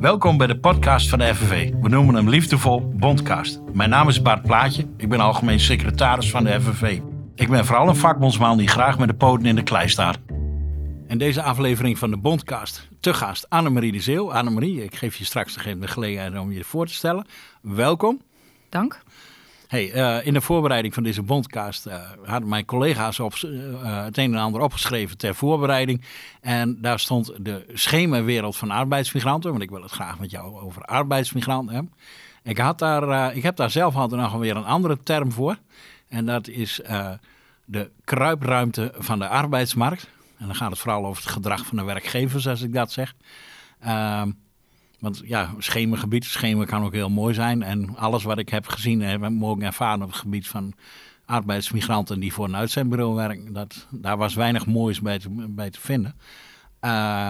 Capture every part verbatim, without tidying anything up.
Welkom bij de podcast van de F N V. We noemen hem liefdevol Bondcast. Mijn naam is Bart Plaatje. Ik ben algemeen secretaris van de F N V. Ik ben vooral een vakbondsman die graag met de poten in de klei staat. In deze aflevering van de Bondcast te gast Annemarie de Zeeuw. Annemarie, ik geef je straks de gelegenheid om je voor te stellen. Welkom. Dank. Hey, uh, in de voorbereiding van deze Bondcast uh, hadden mijn collega's op, uh, het een en ander opgeschreven ter voorbereiding. En daar stond de schemawereld van arbeidsmigranten, want ik wil het graag met jou over arbeidsmigranten hebben. Ik, had daar, uh, ik heb daar zelf altijd nog weer een andere term voor. En dat is uh, de kruipruimte van de arbeidsmarkt. En dan gaat het vooral over het gedrag van de werkgevers, als ik dat zeg. Uh, Want ja, schemergebied, schemer kan ook heel mooi zijn. En alles wat ik heb gezien en heb mogen ervaren op het gebied van arbeidsmigranten die voor een uitzendbureau werken, dat, daar was weinig moois bij te, bij te vinden. Uh,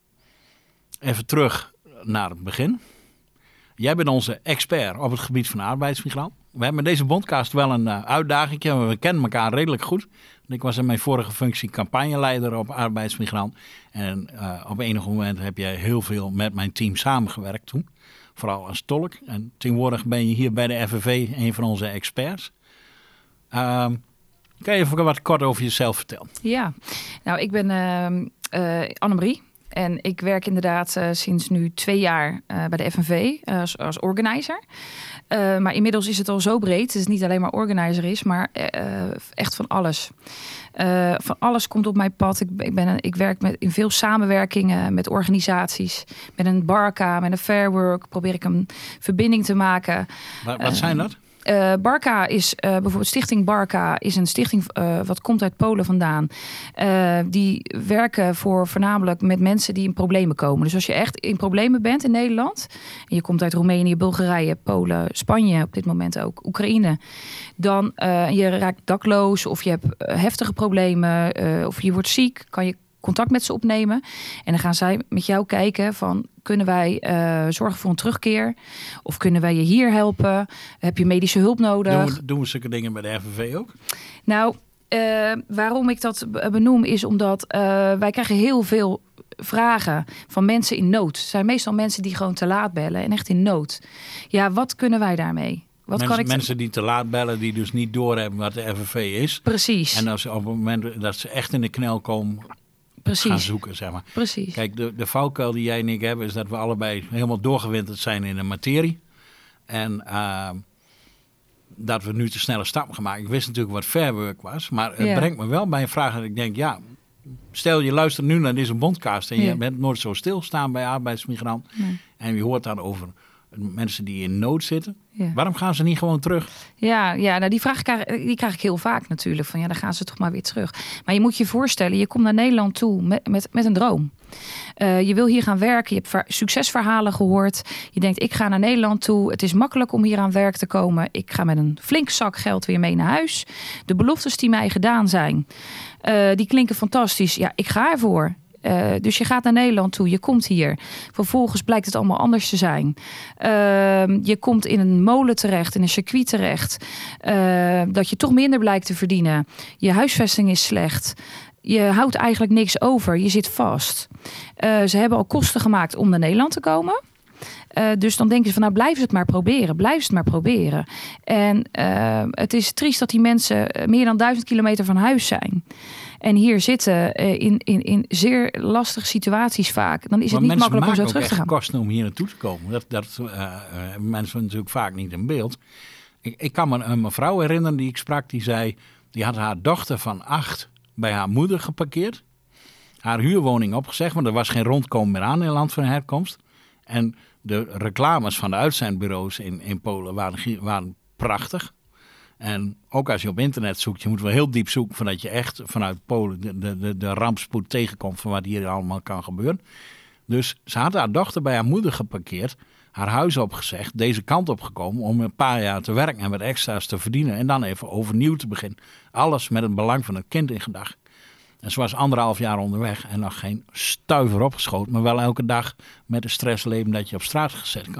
even terug naar het begin. Jij bent onze expert op het gebied van arbeidsmigranten. We hebben in deze Bondcast wel een uh, uitdaging. We kennen elkaar redelijk goed. Ik was in mijn vorige functie campagneleider op arbeidsmigrant. En uh, op enig moment heb jij heel veel met mijn team samengewerkt toen. Vooral als tolk. En tegenwoordig ben je hier bij de F N V een van onze experts. Uh, kan je even wat kort over jezelf vertellen? Ja, nou ik ben uh, uh, Annemarie. En ik werk inderdaad uh, sinds nu twee jaar uh, bij de F N V uh, als, als organizer. Uh, maar inmiddels is het al zo breed. Het is niet alleen maar organizer is, maar uh, echt van alles. Uh, van alles komt op mijn pad. Ik, ik, ben een, ik werk met, in veel samenwerkingen met organisaties. Met een Barca, met een Fair Work. Probeer ik een verbinding te maken. Wat, wat zijn dat? Uh, Barca is uh, bijvoorbeeld Stichting Barca is een stichting uh, wat komt uit Polen vandaan. Uh, die werken voor voornamelijk met mensen die in problemen komen. Dus als je echt in problemen bent in Nederland en je komt uit Roemenië, Bulgarije, Polen, Spanje, op dit moment ook Oekraïne, dan uh, je raakt dakloos of je hebt uh, heftige problemen uh, of je wordt ziek, kan je contact met ze opnemen. En dan gaan zij met jou kijken van, kunnen wij uh, zorgen voor een terugkeer? Of kunnen wij je hier helpen? Heb je medische hulp nodig? Doen we, doen we zulke dingen bij de F N V ook? Nou, uh, waarom ik dat benoem is omdat uh, wij krijgen heel veel vragen van mensen in nood. Het zijn meestal mensen die gewoon te laat bellen en echt in nood. Ja, wat kunnen wij daarmee? Wat mensen, kan ik mensen die te laat bellen, die dus niet doorhebben wat de F N V is. Precies. En als ze op het moment dat ze echt in de knel komen, Precies. gaan zoeken, zeg maar. Precies. Kijk, de, de valkuil die jij en ik hebben, is dat we allebei helemaal doorgewinterd zijn in de materie. En uh, dat we nu te snelle stap gaan maken. Ik wist natuurlijk wat fair work was, maar het ja. brengt me wel bij een vraag dat ik denk, ja, stel je luistert nu naar deze Bondcast en ja. je bent nooit zo stilstaan bij arbeidsmigrant. Nee. En je hoort dan over mensen die in nood zitten. Ja. Waarom gaan ze niet gewoon terug? Ja, ja nou die vraag krijg, die krijg ik heel vaak natuurlijk. Van ja, dan gaan ze toch maar weer terug. Maar je moet je voorstellen, je komt naar Nederland toe met, met, met een droom. Uh, je wil hier gaan werken. Je hebt succesverhalen gehoord. Je denkt, ik ga naar Nederland toe. Het is makkelijk om hier aan werk te komen. Ik ga met een flink zak geld weer mee naar huis. De beloftes die mij gedaan zijn, uh, die klinken fantastisch. Ja, ik ga ervoor. Uh, dus je gaat naar Nederland toe, je komt hier. Vervolgens blijkt het allemaal anders te zijn. Uh, je komt in een molen terecht, in een circuit terecht. Uh, dat je toch minder blijkt te verdienen. Je huisvesting is slecht. Je houdt eigenlijk niks over, je zit vast. Uh, ze hebben al kosten gemaakt om naar Nederland te komen. Uh, dus dan denken ze van, nou blijf het maar proberen. Blijf het maar proberen. En uh, het is triest dat die mensen meer dan duizend kilometer van huis zijn. En hier zitten uh, in, in, in zeer lastige situaties vaak. Dan is maar het niet makkelijk om zo terug te gaan. Maar mensen maken ook echt kosten om hier naartoe te komen. Dat, dat uh, uh, mensen natuurlijk vaak niet in beeld. Ik, ik kan me een mevrouw herinneren die ik sprak. Die zei, die had haar dochter van acht bij haar moeder geparkeerd. Haar huurwoning opgezegd, want er was geen rondkomen meer aan in land van herkomst. En de reclames van de uitzendbureaus in, in Polen waren, waren prachtig. En ook als je op internet zoekt, je moet wel heel diep zoeken voordat je echt vanuit Polen de, de, de, de rampspoed tegenkomt van wat hier allemaal kan gebeuren. Dus ze had haar dochter bij haar moeder geparkeerd, haar huis opgezegd, deze kant op gekomen om een paar jaar te werken en wat extra's te verdienen en dan even overnieuw te beginnen. Alles met het belang van het kind in gedachten. En ze was anderhalf jaar onderweg en nog geen stuiver opgeschoten, maar wel elke dag met de stress leven dat je op straat gezet kan worden.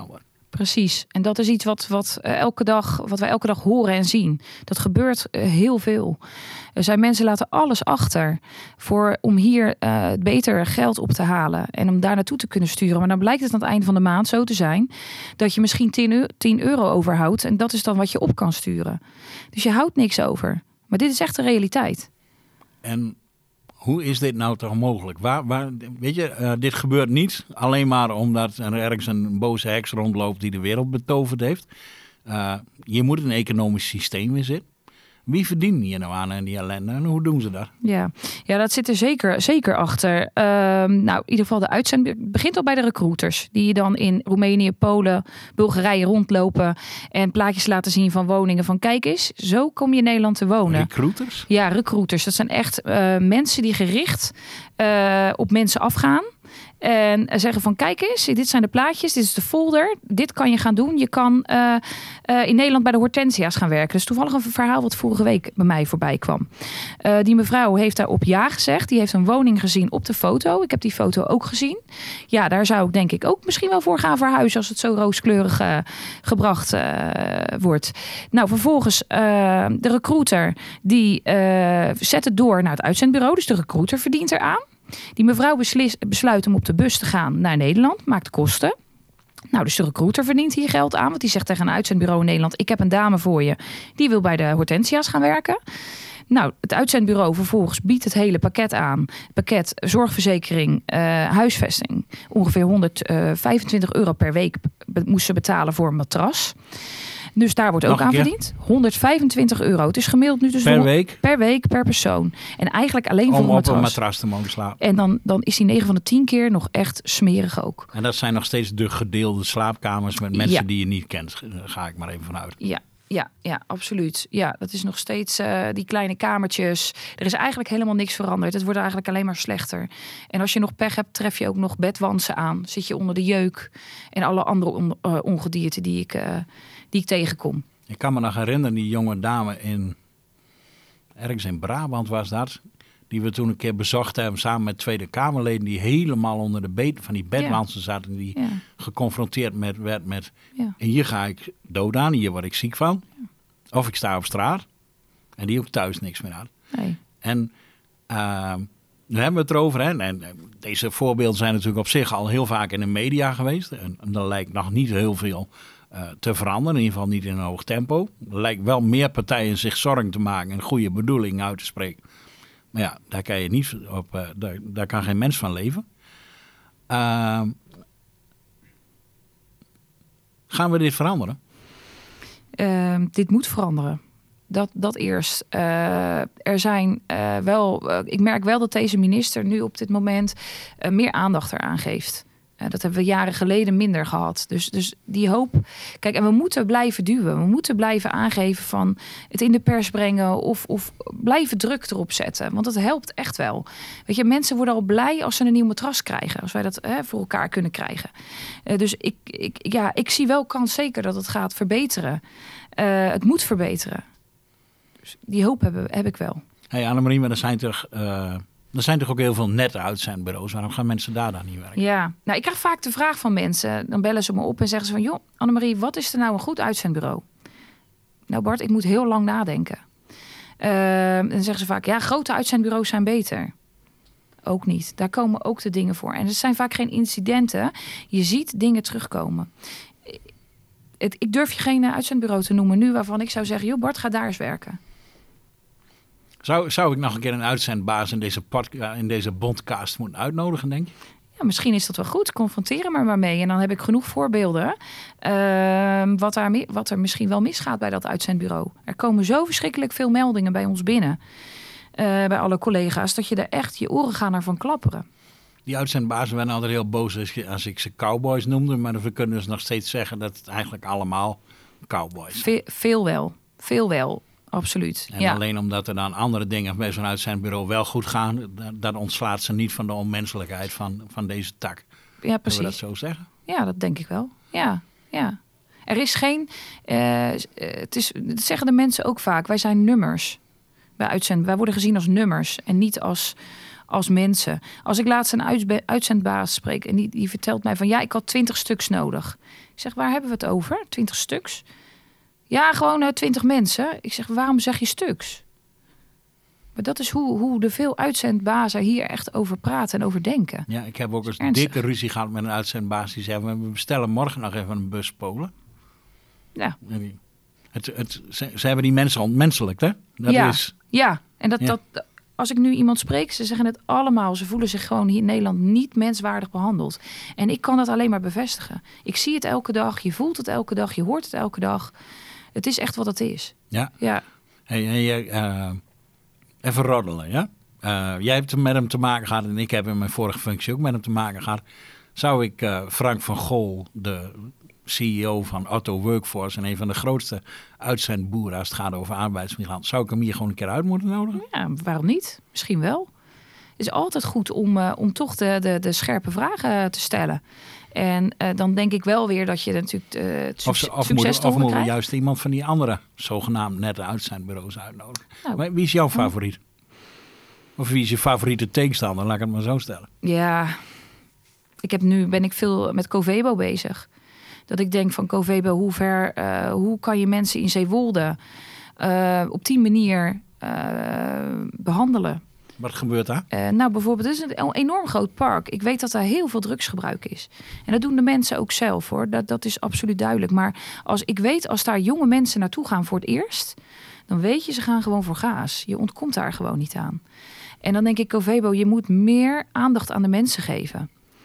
Precies. En dat is iets wat, wat, uh, elke dag, wat wij elke dag horen en zien. Dat gebeurt uh, heel veel. Er zijn mensen laten alles achter voor, om hier uh, beter geld op te halen. En om daar naartoe te kunnen sturen. Maar dan blijkt het aan het einde van de maand zo te zijn dat je misschien tien euro overhoudt. En dat is dan wat je op kan sturen. Dus je houdt niks over. Maar dit is echt de realiteit. En hoe is dit nou toch mogelijk? Waar, waar, weet je, uh, dit gebeurt niet alleen maar omdat er ergens een boze heks rondloopt die de wereld betoverd heeft. Uh, je moet een economisch systeem in zitten. Wie verdient hier nou aan en die ellende en hoe doen ze dat? Ja, ja dat zit er zeker, zeker achter. Uh, nou, in ieder geval de uitzending begint al bij de recruiters. Die dan in Roemenië, Polen, Bulgarije rondlopen en plaatjes laten zien van woningen. Van kijk eens, zo kom je in Nederland te wonen. Recruiters? Ja, recruiters. Dat zijn echt uh, mensen die gericht uh, op mensen afgaan. En zeggen van kijk eens, dit zijn de plaatjes, dit is de folder. Dit kan je gaan doen. Je kan uh, uh, in Nederland bij de Hortensia's gaan werken. Dus toevallig een verhaal wat vorige week bij mij voorbij kwam. Uh, die mevrouw heeft daarop ja gezegd. Die heeft een woning gezien op de foto. Ik heb die foto ook gezien. Ja, daar zou ik denk ik ook misschien wel voor gaan verhuizen als het zo rooskleurig uh, gebracht uh, wordt. Nou, vervolgens uh, de recruiter die uh, zet het door naar het uitzendbureau. Dus de recruiter verdient eraan. Die mevrouw beslis, besluit om op de bus te gaan naar Nederland, maakt kosten. Nou, dus de recruiter verdient hier geld aan, want die zegt tegen een uitzendbureau in Nederland: ik heb een dame voor je, die wil bij de Hortensia's gaan werken. Nou, het uitzendbureau vervolgens biedt het hele pakket aan. Pakket zorgverzekering, uh, huisvesting. Ongeveer honderdvijfentwintig euro per week moest ze betalen voor een matras. Dus daar wordt ook aan verdiend. honderdvijfentwintig euro. Het is gemiddeld nu dus per week? Per week, per persoon. En eigenlijk alleen Om voor een matras. Om op een matras te mogen slapen. En dan, dan is die negen van de tien keer nog echt smerig ook. En dat zijn nog steeds de gedeelde slaapkamers met mensen ja. die je niet kent. Daar ga ik maar even vanuit. Ja. Ja, ja, absoluut. Ja, dat is nog steeds uh, die kleine kamertjes. Er is eigenlijk helemaal niks veranderd. Het wordt eigenlijk alleen maar slechter. En als je nog pech hebt, tref je ook nog bedwansen aan. Zit je onder de jeuk en alle andere on, uh, ongedierte die ik, uh, die ik tegenkom. Ik kan me nog herinneren, die jonge dame in... ergens in Brabant was dat... die we toen een keer bezocht hebben samen met Tweede Kamerleden... die helemaal onder de beet van die bedwansen ja. zaten... die ja. geconfronteerd met, werd met... Ja. en hier ga ik dood aan, hier word ik ziek van. Ja. Of ik sta op straat. En die ook thuis niks meer had. Nee. En uh, daar hebben we het erover. Hè? En deze voorbeelden zijn natuurlijk op zich al heel vaak in de media geweest. En, en er lijkt nog niet heel veel uh, te veranderen. In ieder geval niet in een hoog tempo. Er lijkt wel meer partijen zich zorgen te maken... en goede bedoelingen uit te spreken. Maar ja, daar kan je niet op, uh, daar, daar kan geen mens van leven. Uh, gaan we dit veranderen? Uh, dit moet veranderen. Dat, dat eerst. Uh, er zijn uh, wel. Uh, ik merk wel dat deze minister nu op dit moment uh, meer aandacht eraan geeft. Uh, dat hebben we jaren geleden minder gehad. Dus, dus die hoop... Kijk, en we moeten blijven duwen. We moeten blijven aangeven van het in de pers brengen... of, of blijven druk erop zetten. Want dat helpt echt wel. Weet je, mensen worden al blij als ze een nieuw matras krijgen. Als wij dat hè, voor elkaar kunnen krijgen. Uh, dus ik, ik, ja, ik zie wel kans zeker dat het gaat verbeteren. Uh, het moet verbeteren. Dus die hoop heb, heb ik wel. Hey Annemarie, maar er zijn toch... Uh... Er zijn toch ook heel veel nette uitzendbureaus. Waarom gaan mensen daar dan niet werken? Ja, nou ik krijg vaak de vraag van mensen. Dan bellen ze me op en zeggen ze van... joh, Annemarie, wat is er nou een goed uitzendbureau? Nou Bart, ik moet heel lang nadenken. Uh, en dan zeggen ze vaak... ja, grote uitzendbureaus zijn beter. Ook niet. Daar komen ook de dingen voor. En het zijn vaak geen incidenten. Je ziet dingen terugkomen. Het, ik durf je geen uitzendbureau te noemen nu... waarvan ik zou zeggen... joh Bart, ga daar eens werken. Zou, zou ik nog een keer een uitzendbaas in deze, pod, in deze bondcast moeten uitnodigen, denk je? Ja, misschien is dat wel goed. Confronteren me maar mee. En dan heb ik genoeg voorbeelden uh, wat, daar, wat er misschien wel misgaat bij dat uitzendbureau. Er komen zo verschrikkelijk veel meldingen bij ons binnen. Uh, bij alle collega's. Dat je er echt je oren gaan ervan klapperen. Die uitzendbazen werden altijd heel boos als, je, als ik ze cowboys noemde. Maar we kunnen dus nog steeds zeggen dat het eigenlijk allemaal cowboys zijn. Ve- veel wel. Veel wel. Absoluut. En ja. alleen omdat er dan andere dingen bij zo'n uitzendbureau wel goed gaan... dan ontslaat ze niet van de onmenselijkheid van, van deze tak. Ja, precies. Zullen we dat zo zeggen? Ja, dat denk ik wel. Ja, ja. Er is geen... Uh, het is, dat zeggen de mensen ook vaak. Wij zijn nummers bij uitzending. Wij worden gezien als nummers en niet als, als mensen. Als ik laatst een uitbe- uitzendbaas spreek en die, die vertelt mij van ja, ik had twintig stuks nodig. Ik zeg, waar hebben we het over? twintig stuks? Ja, gewoon uh, twintig mensen. Ik zeg, waarom zeg je stuks? Maar dat is hoe, hoe de veel uitzendbazen hier echt over praten en over denken. Ja, ik heb ook eens een dikke ruzie gehad met een uitzendbaas die zei, we bestellen morgen nog even een bus Polen. Ja. Het, het, ze, ze hebben die mensen ontmenselijkt, hè? Dat ja, is... ja, en dat, ja. dat, als ik nu iemand spreek, ze zeggen het allemaal. Ze voelen zich gewoon hier in Nederland niet menswaardig behandeld. En ik kan dat alleen maar bevestigen. Ik zie het elke dag, je voelt het elke dag, je hoort het elke dag. Het is echt wat het is. Ja. Ja. Hey, hey, uh, even roddelen, ja? Uh, jij hebt met hem te maken gehad en ik heb in mijn vorige functie ook met hem te maken gehad. Zou ik uh, Frank van Gol, de C E O van Otto Workforce en een van de grootste uitzendboeren als het gaat over arbeidsmigranten, zou ik hem hier gewoon een keer uit moeten nodigen? Ja, waarom niet? Misschien wel. Het is altijd goed om, uh, om toch de, de, de scherpe vragen te stellen. En uh, dan denk ik wel weer dat je natuurlijk uh, het of, succes, of succes moet, of moeten we juist iemand van die andere zogenaamd nette uitzendbureaus uitnodigen? Nou, maar wie is jouw favoriet? Of wie is je favoriete tegenstander? Laat ik het maar zo stellen. Ja, ik heb nu ben ik veel met Covebo bezig. Dat ik denk van Covebo, hoe ver, uh, hoe kan je mensen in Zeewolde uh, op die manier uh, behandelen? Wat gebeurt daar? Uh, nou, bijvoorbeeld, het is een enorm groot park. Ik weet dat er heel veel drugsgebruik is. En dat doen de mensen ook zelf, hoor. Dat, dat is absoluut duidelijk. Maar als ik weet, als daar jonge mensen naartoe gaan voor het eerst, dan weet je, ze gaan gewoon voor gaas. Je ontkomt daar gewoon niet aan. En dan denk ik, Covebo, je moet meer aandacht aan de mensen geven.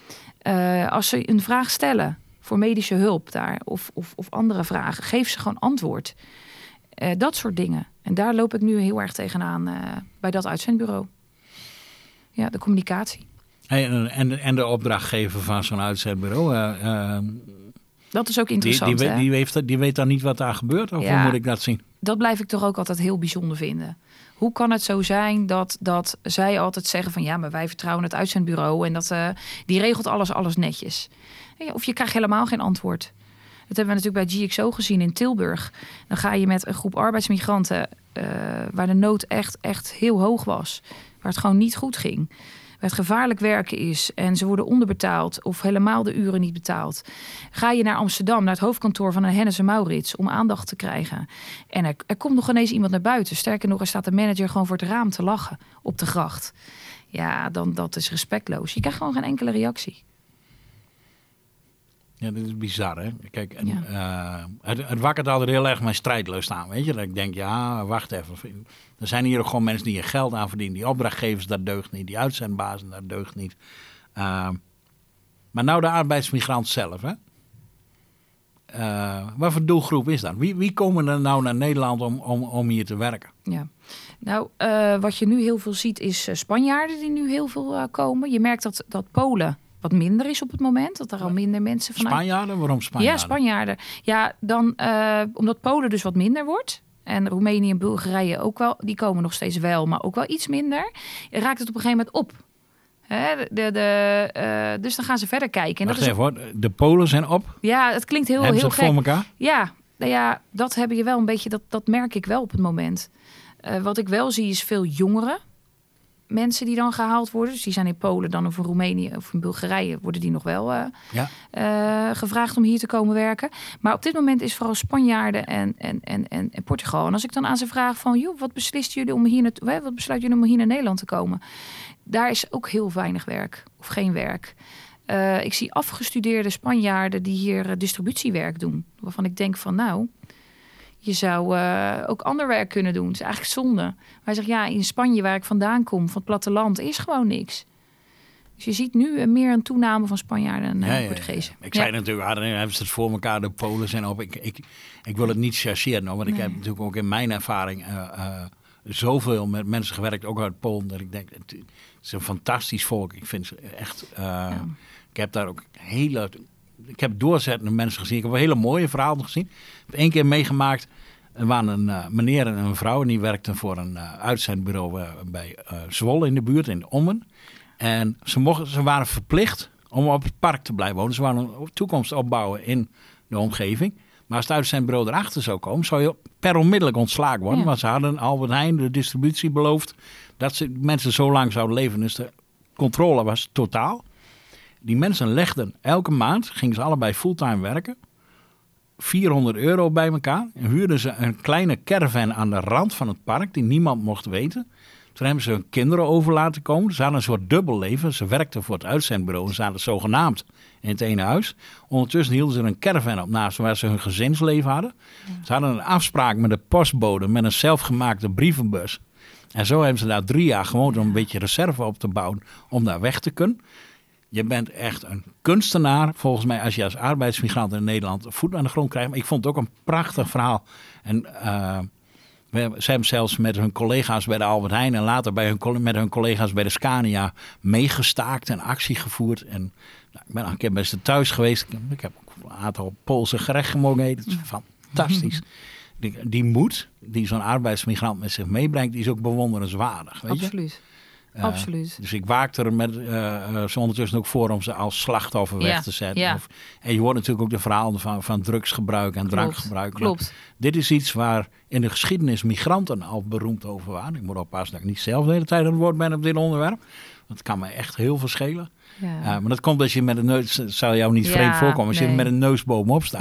Uh, als ze een vraag stellen voor medische hulp daar of, of, of andere vragen, geef ze gewoon antwoord. Uh, dat soort dingen. En daar loop ik nu heel erg tegenaan uh, bij dat uitzendbureau. Ja, de communicatie. Hey, en, en de opdrachtgever van zo'n uitzendbureau. Uh, uh, dat is ook interessant. Die, die, die, weet, die weet dan niet wat daar gebeurt? Of ja, hoe moet ik dat zien? Dat blijf ik toch ook altijd heel bijzonder vinden. Hoe kan het zo zijn dat, dat zij altijd zeggen van ja, maar wij vertrouwen het uitzendbureau en dat uh, die regelt alles, alles netjes. Of je krijgt helemaal geen antwoord. Dat hebben we natuurlijk bij G X O gezien in Tilburg. Dan ga je met een groep arbeidsmigranten uh, waar de nood echt, echt heel hoog was. Waar het gewoon niet goed ging. Waar het gevaarlijk werken is en ze worden onderbetaald of helemaal de uren niet betaald. Ga je naar Amsterdam, naar het hoofdkantoor van een Hennes en Maurits om aandacht te krijgen. En er, er komt nog ineens iemand naar buiten. Sterker nog, er staat de manager gewoon voor het raam te lachen op de gracht. Ja, dan dat is respectloos. Je krijgt gewoon geen enkele reactie. Ja, dat is bizar, hè? Kijk, en, ja. uh, het, het wakkert altijd heel erg mijn strijdlust aan, weet je? Dat ik denk, ja, wacht even. Er zijn hier ook gewoon mensen die er geld aan verdienen. Die opdrachtgevers, dat deugt niet. Die uitzendbazen, dat deugt niet. Uh, maar nou de arbeidsmigrant zelf, hè? Uh, wat voor doelgroep is dat? Wie, wie komen er nou naar Nederland om, om, om hier te werken? Ja, nou, uh, wat je nu heel veel ziet is uh, Spanjaarden die nu heel veel uh, komen. Je merkt dat, dat Polen wat minder is op het moment. Dat er al minder mensen vanuit... Spanjaarden? Waarom Spanjaarden? Ja, Spanjaarden. Ja, dan uh, omdat Polen dus wat minder wordt. En Roemenië en Bulgarije ook wel. Die komen nog steeds wel, maar ook wel iets minder. Raakt het op een gegeven moment op. Hè, de, de, uh, dus dan gaan ze verder kijken. En Wacht dat is even hoor, de Polen zijn op? Ja, het klinkt heel, Hebben heel ze het gek. voor elkaar? Ja, nou ja, dat heb je wel een beetje, dat, dat merk ik wel op het moment. Uh, wat ik wel zie is veel jongeren. Mensen die dan gehaald worden. Dus die zijn in Polen dan of in Roemenië of in Bulgarije worden die nog wel uh, ja. uh, gevraagd om hier te komen werken. Maar op dit moment is vooral Spanjaarden en, en, en, en, en Portugal. En als ik dan aan ze vraag van, joh, wat beslist jullie om hier naartoe, wat besluit jullie om hier naar Nederland te komen? Daar is ook heel weinig werk of geen werk. Uh, ik zie afgestudeerde Spanjaarden die hier uh, distributiewerk doen. Waarvan ik denk van, nou, je zou uh, ook ander werk kunnen doen. Het is eigenlijk zonde. Hij zegt, ja, in Spanje waar ik vandaan kom, van het platteland, is gewoon niks. Dus je ziet nu uh, meer een toename van Spanjaarden en uh, ja, ja, Portugezen. Ja. Ik zei ja. natuurlijk, ah, dan hebben ze het voor elkaar, de Polen zijn op. Ik, ik, ik wil het niet chargeren, want nee. ik heb natuurlijk ook in mijn ervaring uh, uh, zoveel met mensen gewerkt, ook uit Polen, dat ik denk, het, het is een fantastisch volk. Ik vind ze echt, uh, ja. ik heb daar ook hele... Ik heb doorzettende mensen gezien. Ik heb een hele mooie verhalen gezien. Ik heb één keer meegemaakt. Er waren een uh, meneer en een vrouw. En die werkten voor een uh, uitzendbureau uh, bij uh, Zwolle in de buurt, in Ommen. En ze, mochten, ze waren verplicht om op het park te blijven wonen. Ze waren een toekomst opbouwen in de omgeving. Maar als het uitzendbureau erachter zou komen, zou je per onmiddellijk ontslagen worden. Ja. Want ze hadden Albert Heijn de distributie beloofd dat ze mensen zo lang zouden leven. Dus de controle was totaal. Die mensen legden elke maand, gingen ze allebei fulltime werken. vierhonderd euro bij elkaar. En huurden ze een kleine caravan aan de rand van het park die niemand mocht weten. Toen hebben ze hun kinderen over laten komen. Ze hadden een soort dubbel leven. Ze werkten voor het uitzendbureau en zaten zogenaamd in het ene huis. Ondertussen hielden ze een caravan op naast waar ze hun gezinsleven hadden. Ja. Ze hadden een afspraak met de postbode met een zelfgemaakte brievenbus. En zo hebben ze daar drie jaar gewoond om een beetje reserve op te bouwen om daar weg te kunnen. Je bent echt een kunstenaar, volgens mij, als je als arbeidsmigrant in Nederland voet aan de grond krijgt. Maar ik vond het ook een prachtig verhaal. En uh, we, ze hebben zelfs met hun collega's bij de Albert Heijn en later bij hun, met hun collega's bij de Scania meegestaakt en actie gevoerd. En nou, ik ben al een keer bij ze thuis geweest. Ik, ik heb ook een aantal Poolse gerechten mogen eten. Het is fantastisch. Die, die moed die zo'n arbeidsmigrant met zich meebrengt, die is ook bewonderenswaardig. Weet Absoluut. je? Uh, Absoluut. Dus ik waak er met, uh, uh, zo ondertussen ook voor om ze als slachtoffer weg ja, te zetten. Ja. Of, en je hoort natuurlijk ook de verhalen van, van drugsgebruik en Klopt, drankgebruik. Klopt. Dit is iets waar in de geschiedenis migranten al beroemd over waren. Ik moet oppassen dat ik niet zelf de hele tijd aan het woord ben op dit onderwerp. Dat kan me echt heel veel schelen. Ja. Uh, maar dat komt als je met een neus, het zal jou niet ja, vreemd voorkomen, als nee. je met een neus bovenop staat.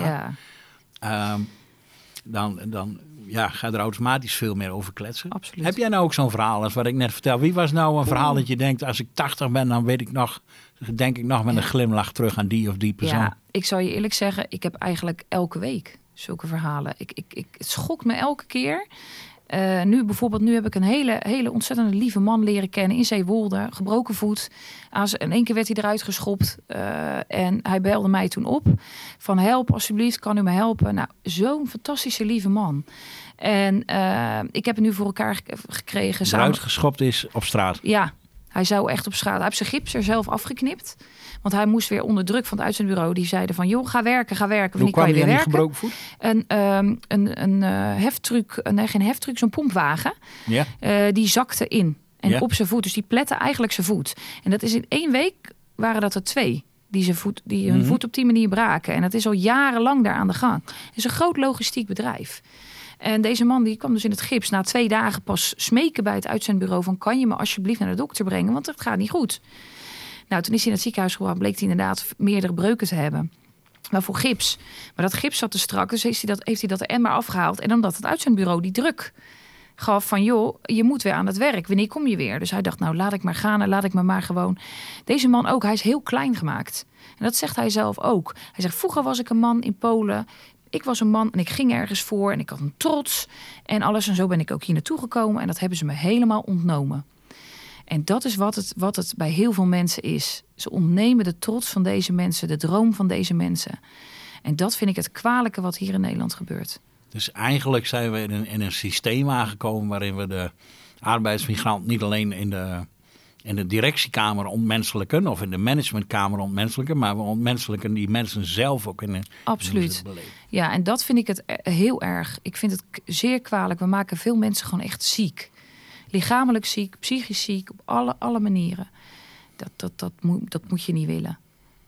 Ja. Um, dan... dan Ja, ga er automatisch veel meer over kletsen. Absoluut. Heb jij nou ook zo'n verhaal als wat ik net vertel? Wie was nou een verhaal dat je denkt, als ik tachtig ben, dan weet ik nog, denk ik nog met een glimlach terug aan die of die persoon? Ja, ik zal je eerlijk zeggen, ik heb eigenlijk elke week zulke verhalen. Ik, ik, ik, het schokt me elke keer. Uh, nu bijvoorbeeld, nu heb ik een hele, hele ontzettend lieve man leren kennen in Zeewolde, gebroken voet. In één keer werd hij eruit geschopt uh, en hij belde mij toen op van help alsjeblieft, kan u me helpen? Nou, zo'n fantastische lieve man. En uh, ik heb het nu voor elkaar gekregen. Eruit geschopt is op straat? Ja, hij zou echt op straat. Hij heeft zijn gips er zelf afgeknipt. Want hij moest weer onder druk van het uitzendbureau. Die zeiden van, joh, ga werken, ga werken. Hoe kwam kan je weer aan die werken? gebroken voet? Een, um, een, een uh, heftruck, nee, geen heftruck, zo'n pompwagen. Ja. Uh, die zakte in. En ja. op zijn voet. Dus die plette eigenlijk zijn voet. En dat is in één week waren dat er twee. Die, zijn voet, die hun mm-hmm. voet op die manier braken. En dat is al jarenlang daar aan de gang. Het is een groot logistiek bedrijf. En deze man die kwam dus in het gips. Na twee dagen pas smeken bij het uitzendbureau van, kan je me alsjeblieft naar de dokter brengen? Want het gaat niet goed. Nou, toen is hij in het ziekenhuis gebracht. Bleek hij inderdaad meerdere breuken te hebben. Maar voor gips. Maar dat gips zat te strak. Dus heeft hij dat, heeft hij dat er maar afgehaald. En omdat het uitzendbureau die druk gaf van, joh, je moet weer aan het werk. Wanneer kom je weer? Dus hij dacht, nou, laat ik maar gaan en laat ik me maar gewoon. Deze man ook, hij is heel klein gemaakt. En dat zegt hij zelf ook. Hij zegt, vroeger was ik een man in Polen. Ik was een man en ik ging ergens voor en ik had een trots en alles. En zo ben ik ook hier naartoe gekomen en dat hebben ze me helemaal ontnomen. En dat is wat het, wat het bij heel veel mensen is. Ze ontnemen de trots van deze mensen, de droom van deze mensen. En dat vind ik het kwalijke wat hier in Nederland gebeurt. Dus eigenlijk zijn we in een, in een systeem aangekomen waarin we de arbeidsmigrant niet alleen in de, in de directiekamer ontmenselijken of in de managementkamer ontmenselijken, maar we ontmenselijken die mensen zelf ook in een Absoluut. Ja, en dat vind ik het heel erg. Ik vind het zeer kwalijk. We maken veel mensen gewoon echt ziek. Lichamelijk ziek, psychisch ziek, op alle, alle manieren. Dat, dat, dat, moet, dat moet je niet willen.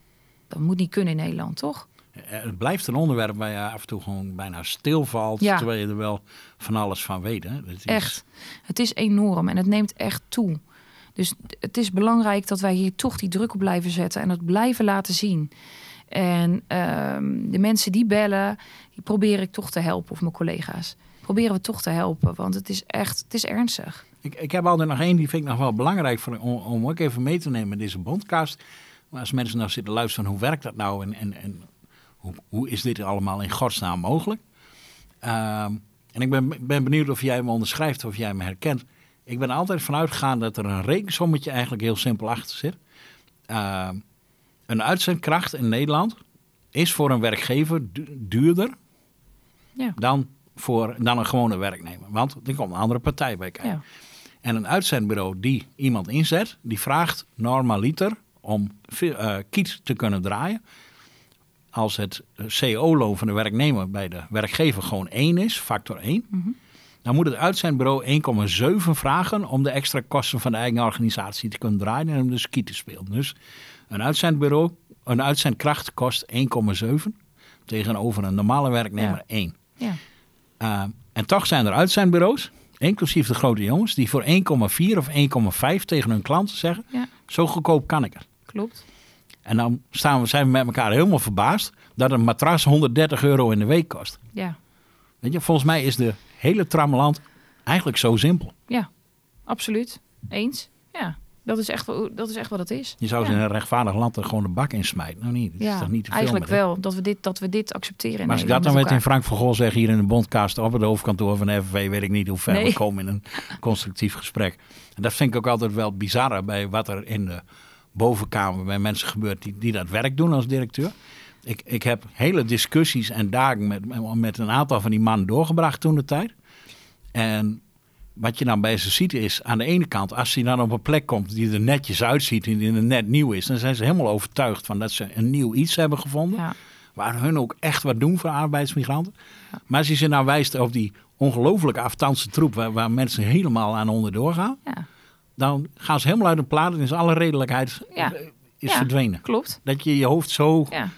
Dat moet niet kunnen in Nederland, toch? Het blijft een onderwerp waar je af en toe gewoon bijna stilvalt. Ja. Terwijl je er wel van alles van weet. Hè? Het is... Echt. Het is enorm en het neemt echt toe. Dus het is belangrijk dat wij hier toch die druk op blijven zetten. En dat blijven laten zien. En uh, de mensen die bellen, die probeer ik toch te helpen. Of mijn collega's. Proberen we toch te helpen. Want het is echt, het is ernstig. Ik, ik heb altijd nog één, die vind ik nog wel belangrijk voor, om, om ook even mee te nemen in deze podcast. Maar als mensen nou zitten luisteren, hoe werkt dat nou? En, en, en hoe, hoe is dit allemaal in godsnaam mogelijk? Uh, en ik ben, ben benieuwd of jij me onderschrijft of jij me herkent. Ik ben er altijd vanuit gegaan dat er een rekensommetje eigenlijk heel simpel achter zit. Uh, een uitzendkracht in Nederland is voor een werkgever du- duurder ja. dan, voor, dan een gewone werknemer. Want er komt een andere partij bij kijken. Ja. En een uitzendbureau die iemand inzet, die vraagt normaliter om uh, kiet te kunnen draaien. Als het C A O-loon van de werknemer bij de werkgever gewoon één is, factor één... Mm-hmm. Dan moet het uitzendbureau één komma zeven vragen om de extra kosten van de eigen organisatie te kunnen draaien en om dus kiet te spelen. Dus een uitzendbureau, een uitzendkracht kost één komma zeven tegenover een normale werknemer ja. één. Ja. Uh, en toch zijn er uitzendbureaus, inclusief de grote jongens, die voor één komma vier of één komma vijf tegen hun klanten zeggen, ja. zo goedkoop kan ik het. Klopt. En dan staan we, zijn we met elkaar helemaal verbaasd dat een matras honderddertig euro in de week kost. Ja. Weet je, volgens mij is de hele trammeland eigenlijk zo simpel. Ja, absoluut. Eens. Ja. Dat is echt, dat is echt wat het is. Je zou ja. ze in een rechtvaardig land er gewoon de bak in smijten. Nou niet, dat ja, is toch niet te eigenlijk filmen, wel. Dat we, dit, dat we dit accepteren in Maar als ik dat dan met in Frank van Gol zeg hier in de Bondkast op het hoofdkantoor van de F N V, weet ik niet hoe ver nee. we komen in een constructief gesprek. En dat vind ik ook altijd wel bizar bij wat er in de bovenkamer bij mensen gebeurt die, die dat werk doen als directeur. Ik, ik heb hele discussies en dagen met, met een aantal van die mannen doorgebracht toen de tijd. En wat je dan bij ze ziet is, aan de ene kant, als hij dan op een plek komt die er netjes uitziet en die er net nieuw is, dan zijn ze helemaal overtuigd van dat ze een nieuw iets hebben gevonden. Ja. Waar hun ook echt wat doen voor arbeidsmigranten. Ja. Maar als je ze nou wijst op die ongelooflijke afstandse troep waar, waar mensen helemaal aan onderdoor gaan, ja. dan gaan ze helemaal uit een plaat en is alle redelijkheid ja. is ja, verdwenen. Klopt. Dat je je hoofd zo... Ja.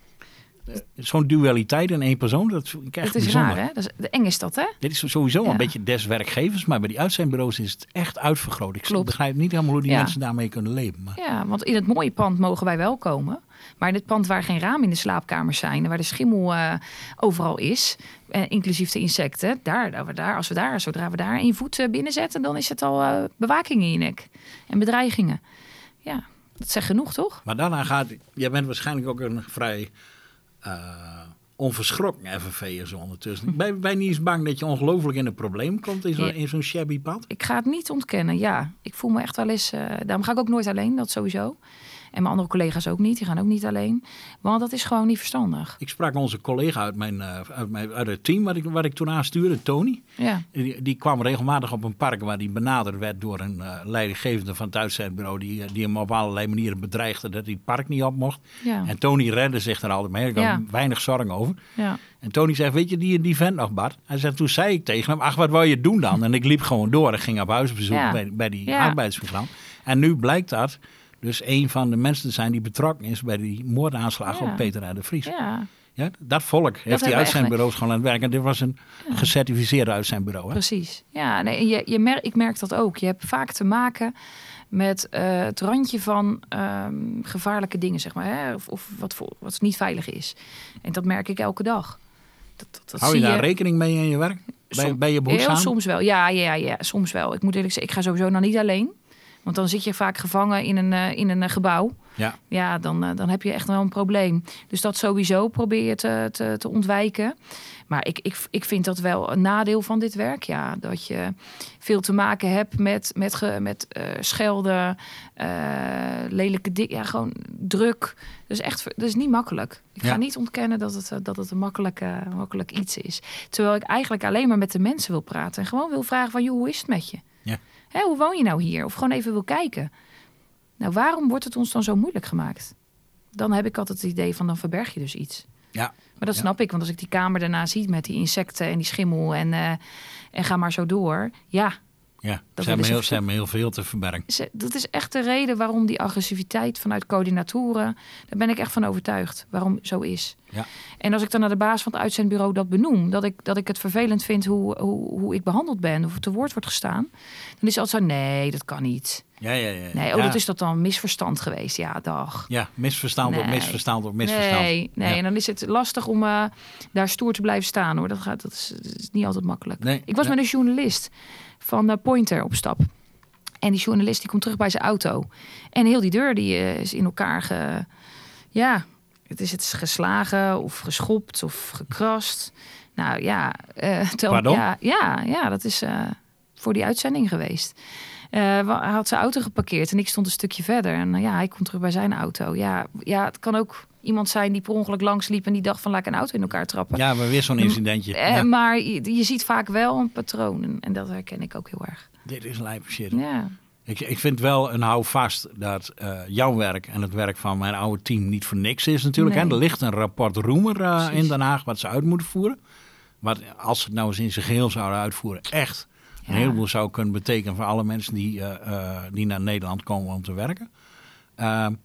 Zo'n dualiteit in één persoon, dat vind ik echt dat is bijzonder. raar, hè? Dat is, eng is dat, hè? Dit is sowieso ja. een beetje des werkgevers, maar bij die uitzendbureaus is het echt uitvergroot. Ik Klopt. begrijp niet helemaal hoe die ja. mensen daarmee kunnen leven. Maar... Ja, want in het mooie pand mogen wij wel komen. Maar in het pand waar geen raam in de slaapkamers zijn, waar de schimmel uh, overal is, uh, inclusief de insecten, daar, daar, daar, als we daar, zodra we daar één voet uh, binnenzetten, dan is het al uh, bewaking in je nek en bedreigingen. Ja, dat zegt genoeg, toch? Maar daarna gaat, jij bent waarschijnlijk ook een vrij uh, onverschrokken F N V'er zo ondertussen. Ben je, ben je niet eens bang dat je ongelooflijk in een probleem komt in, zo, ja. in zo'n shabby pad? Ik ga het niet ontkennen, ja. Ik voel me echt wel eens, uh, daarom ga ik ook nooit alleen, dat sowieso. En mijn andere collega's ook niet. Die gaan ook niet alleen. Want dat is gewoon niet verstandig. Ik sprak onze collega uit, mijn, uh, uit, mijn, uit het team waar ik, waar ik toen aanstuurde, Tony. Ja. Die, die kwam regelmatig op een park waar hij benaderd werd door een uh, leidinggevende van het uitzendbureau. Die, die hem op allerlei manieren bedreigde dat hij het park niet op mocht. Ja. En Tony redde zich er altijd mee. Ik had ja. weinig zorgen over. Ja. En Tony zegt, weet je die, die vent nog, Bart? Hij zegt, toen zei ik tegen hem, ach, wat wou je doen dan? En ik liep gewoon door en ging op huisbezoek ja. bij, bij die ja. arbeidsmigrant. En nu blijkt dat... Dus een van de mensen te zijn die betrokken is bij die moordaanslag ja. op Peter R. de Vries. Ja. Ja, dat volk dat heeft die uitzendbureaus gewoon aan het werk. En dit was een ja. gecertificeerde uitzendbureau. Hè? Precies. Ja, nee, je, je merk, ik merk dat ook. Je hebt vaak te maken met uh, het randje van um, gevaarlijke dingen, zeg maar. Hè? Of, of wat, voor, wat niet veilig is. En dat merk ik elke dag. Dat, dat, dat Hou je zie daar je... rekening mee in je werk? Bij, Som, bij je beroepsnaam? Heel soms wel. Ja, ja, ja, soms wel. Ik moet eerlijk zeggen, ik ga sowieso nog niet alleen. Want dan zit je vaak gevangen in een, uh, in een uh, gebouw. Ja, ja dan, uh, dan heb je echt wel een probleem. Dus dat sowieso probeer je te, te, te ontwijken. Maar ik, ik, ik vind dat wel een nadeel van dit werk. Ja, dat je veel te maken hebt met, met, ge, met uh, schelden, uh, lelijke dingen. Ja, gewoon druk. Dat is echt dat is niet makkelijk. Ik ga ja. niet ontkennen dat het, dat het een makkelijk, uh, makkelijk iets is. Terwijl ik eigenlijk alleen maar met de mensen wil praten. En gewoon wil vragen van, joh, hoe is het met je? Ja. Hè, hoe woon je nou hier? Of gewoon even wil kijken. Nou, waarom wordt het ons dan zo moeilijk gemaakt? Dan heb ik altijd het idee van, dan verberg je dus iets. Ja. Maar dat ja. snap ik, want als ik die kamer daarna zie met die insecten en die schimmel en, uh, en ga maar zo door. Ja. Ja, ze hebben, heel, ze hebben heel veel te verbergen. Dat is echt de reden waarom die agressiviteit vanuit coördinatoren, daar ben ik echt van overtuigd, waarom zo is. Ja. En als ik dan naar de baas van het uitzendbureau dat benoem, dat ik, dat ik het vervelend vind hoe, hoe, hoe ik behandeld ben, of het te woord wordt gestaan, dan is het altijd zo, nee, dat kan niet. Ja, ja, ja. Nee, oh, ja. dat is dat dan een misverstand geweest. Ja, dag. Ja, misverstand nee. op misverstand op misverstand. Nee, nee. Ja. En dan is het lastig om uh, daar stoer te blijven staan, hoor. Dat, gaat, dat, is, dat is niet altijd makkelijk. Nee. Ik was ja. met een journalist van uh, Pointer op stap. En die journalist die komt terug bij zijn auto. En heel die deur die uh, is in elkaar ge... Ja, het is, het is geslagen of geschopt of gekrast. Nou ja... Uh, tel, Pardon? Ja, ja, ja, dat is uh, voor die uitzending geweest. Uh, hij had zijn auto geparkeerd en ik stond een stukje verder. En uh, ja, hij komt terug bij zijn auto. Ja, ja, het kan ook iemand zijn die per ongeluk langsliep en die dacht van laat ik een auto in elkaar trappen. Ja, maar weer zo'n incidentje. Uh, ja. Maar je, je ziet vaak wel een patroon en, en dat herken ik ook heel erg. Dit is lijpe shit. Ja. Ik, ik vind wel een hou vast dat uh, jouw werk en het werk van mijn oude team niet voor niks is natuurlijk. Nee. Hè? Er ligt een rapport Roemer uh, in Den Haag wat ze uit moeten voeren. Wat als ze het nou eens in zijn geheel zouden uitvoeren echt... Ja. Een heleboel zou kunnen betekenen voor alle mensen die, uh, uh, die naar Nederland komen om te werken. Uh,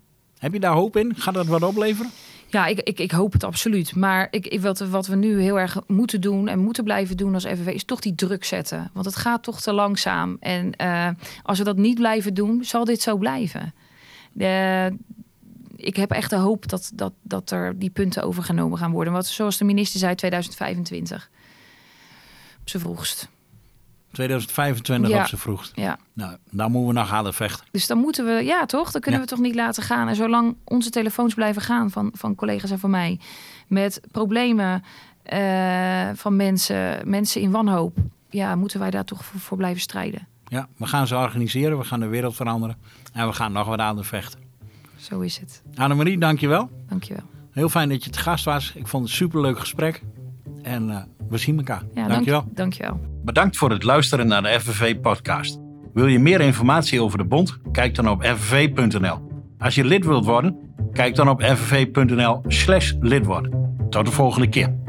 Heb je daar hoop in? Gaat dat wat opleveren? Ja, ik, ik, ik hoop het absoluut. Maar ik, ik, wat, wat we nu heel erg moeten doen en moeten blijven doen als F N V... is toch die druk zetten. Want het gaat toch te langzaam. En uh, als we dat niet blijven doen, zal dit zo blijven. Uh, ik heb echt de hoop dat, dat, dat er die punten overgenomen gaan worden. Want zoals de minister zei, tweeduizend vijfentwintig. Op z'n vroegst. tweeduizend vijfentwintig ja. op z'n vroegst. Ja. Nou, dan moeten we nog harder vechten. Dus dan moeten we, ja toch? Dan kunnen ja. we toch niet laten gaan. En zolang onze telefoons blijven gaan van, van collega's en van mij... met problemen uh, van mensen, mensen in wanhoop... ja, moeten wij daar toch voor, voor blijven strijden. Ja, we gaan ze organiseren, we gaan de wereld veranderen... en we gaan nog wat harder vechten. Zo is het. Annemarie, dank je wel. Dank je wel. Heel fijn dat je te gast was. Ik vond het een superleuk gesprek. En uh, we zien elkaar. Ja, dank je wel. Dank, dank je wel. Bedankt voor het luisteren naar de F N V-podcast. Wil je meer informatie over de bond? Kijk dan op f n v punt n l. Als je lid wilt worden, kijk dan op f n v punt n l slash lid worden. Tot de volgende keer.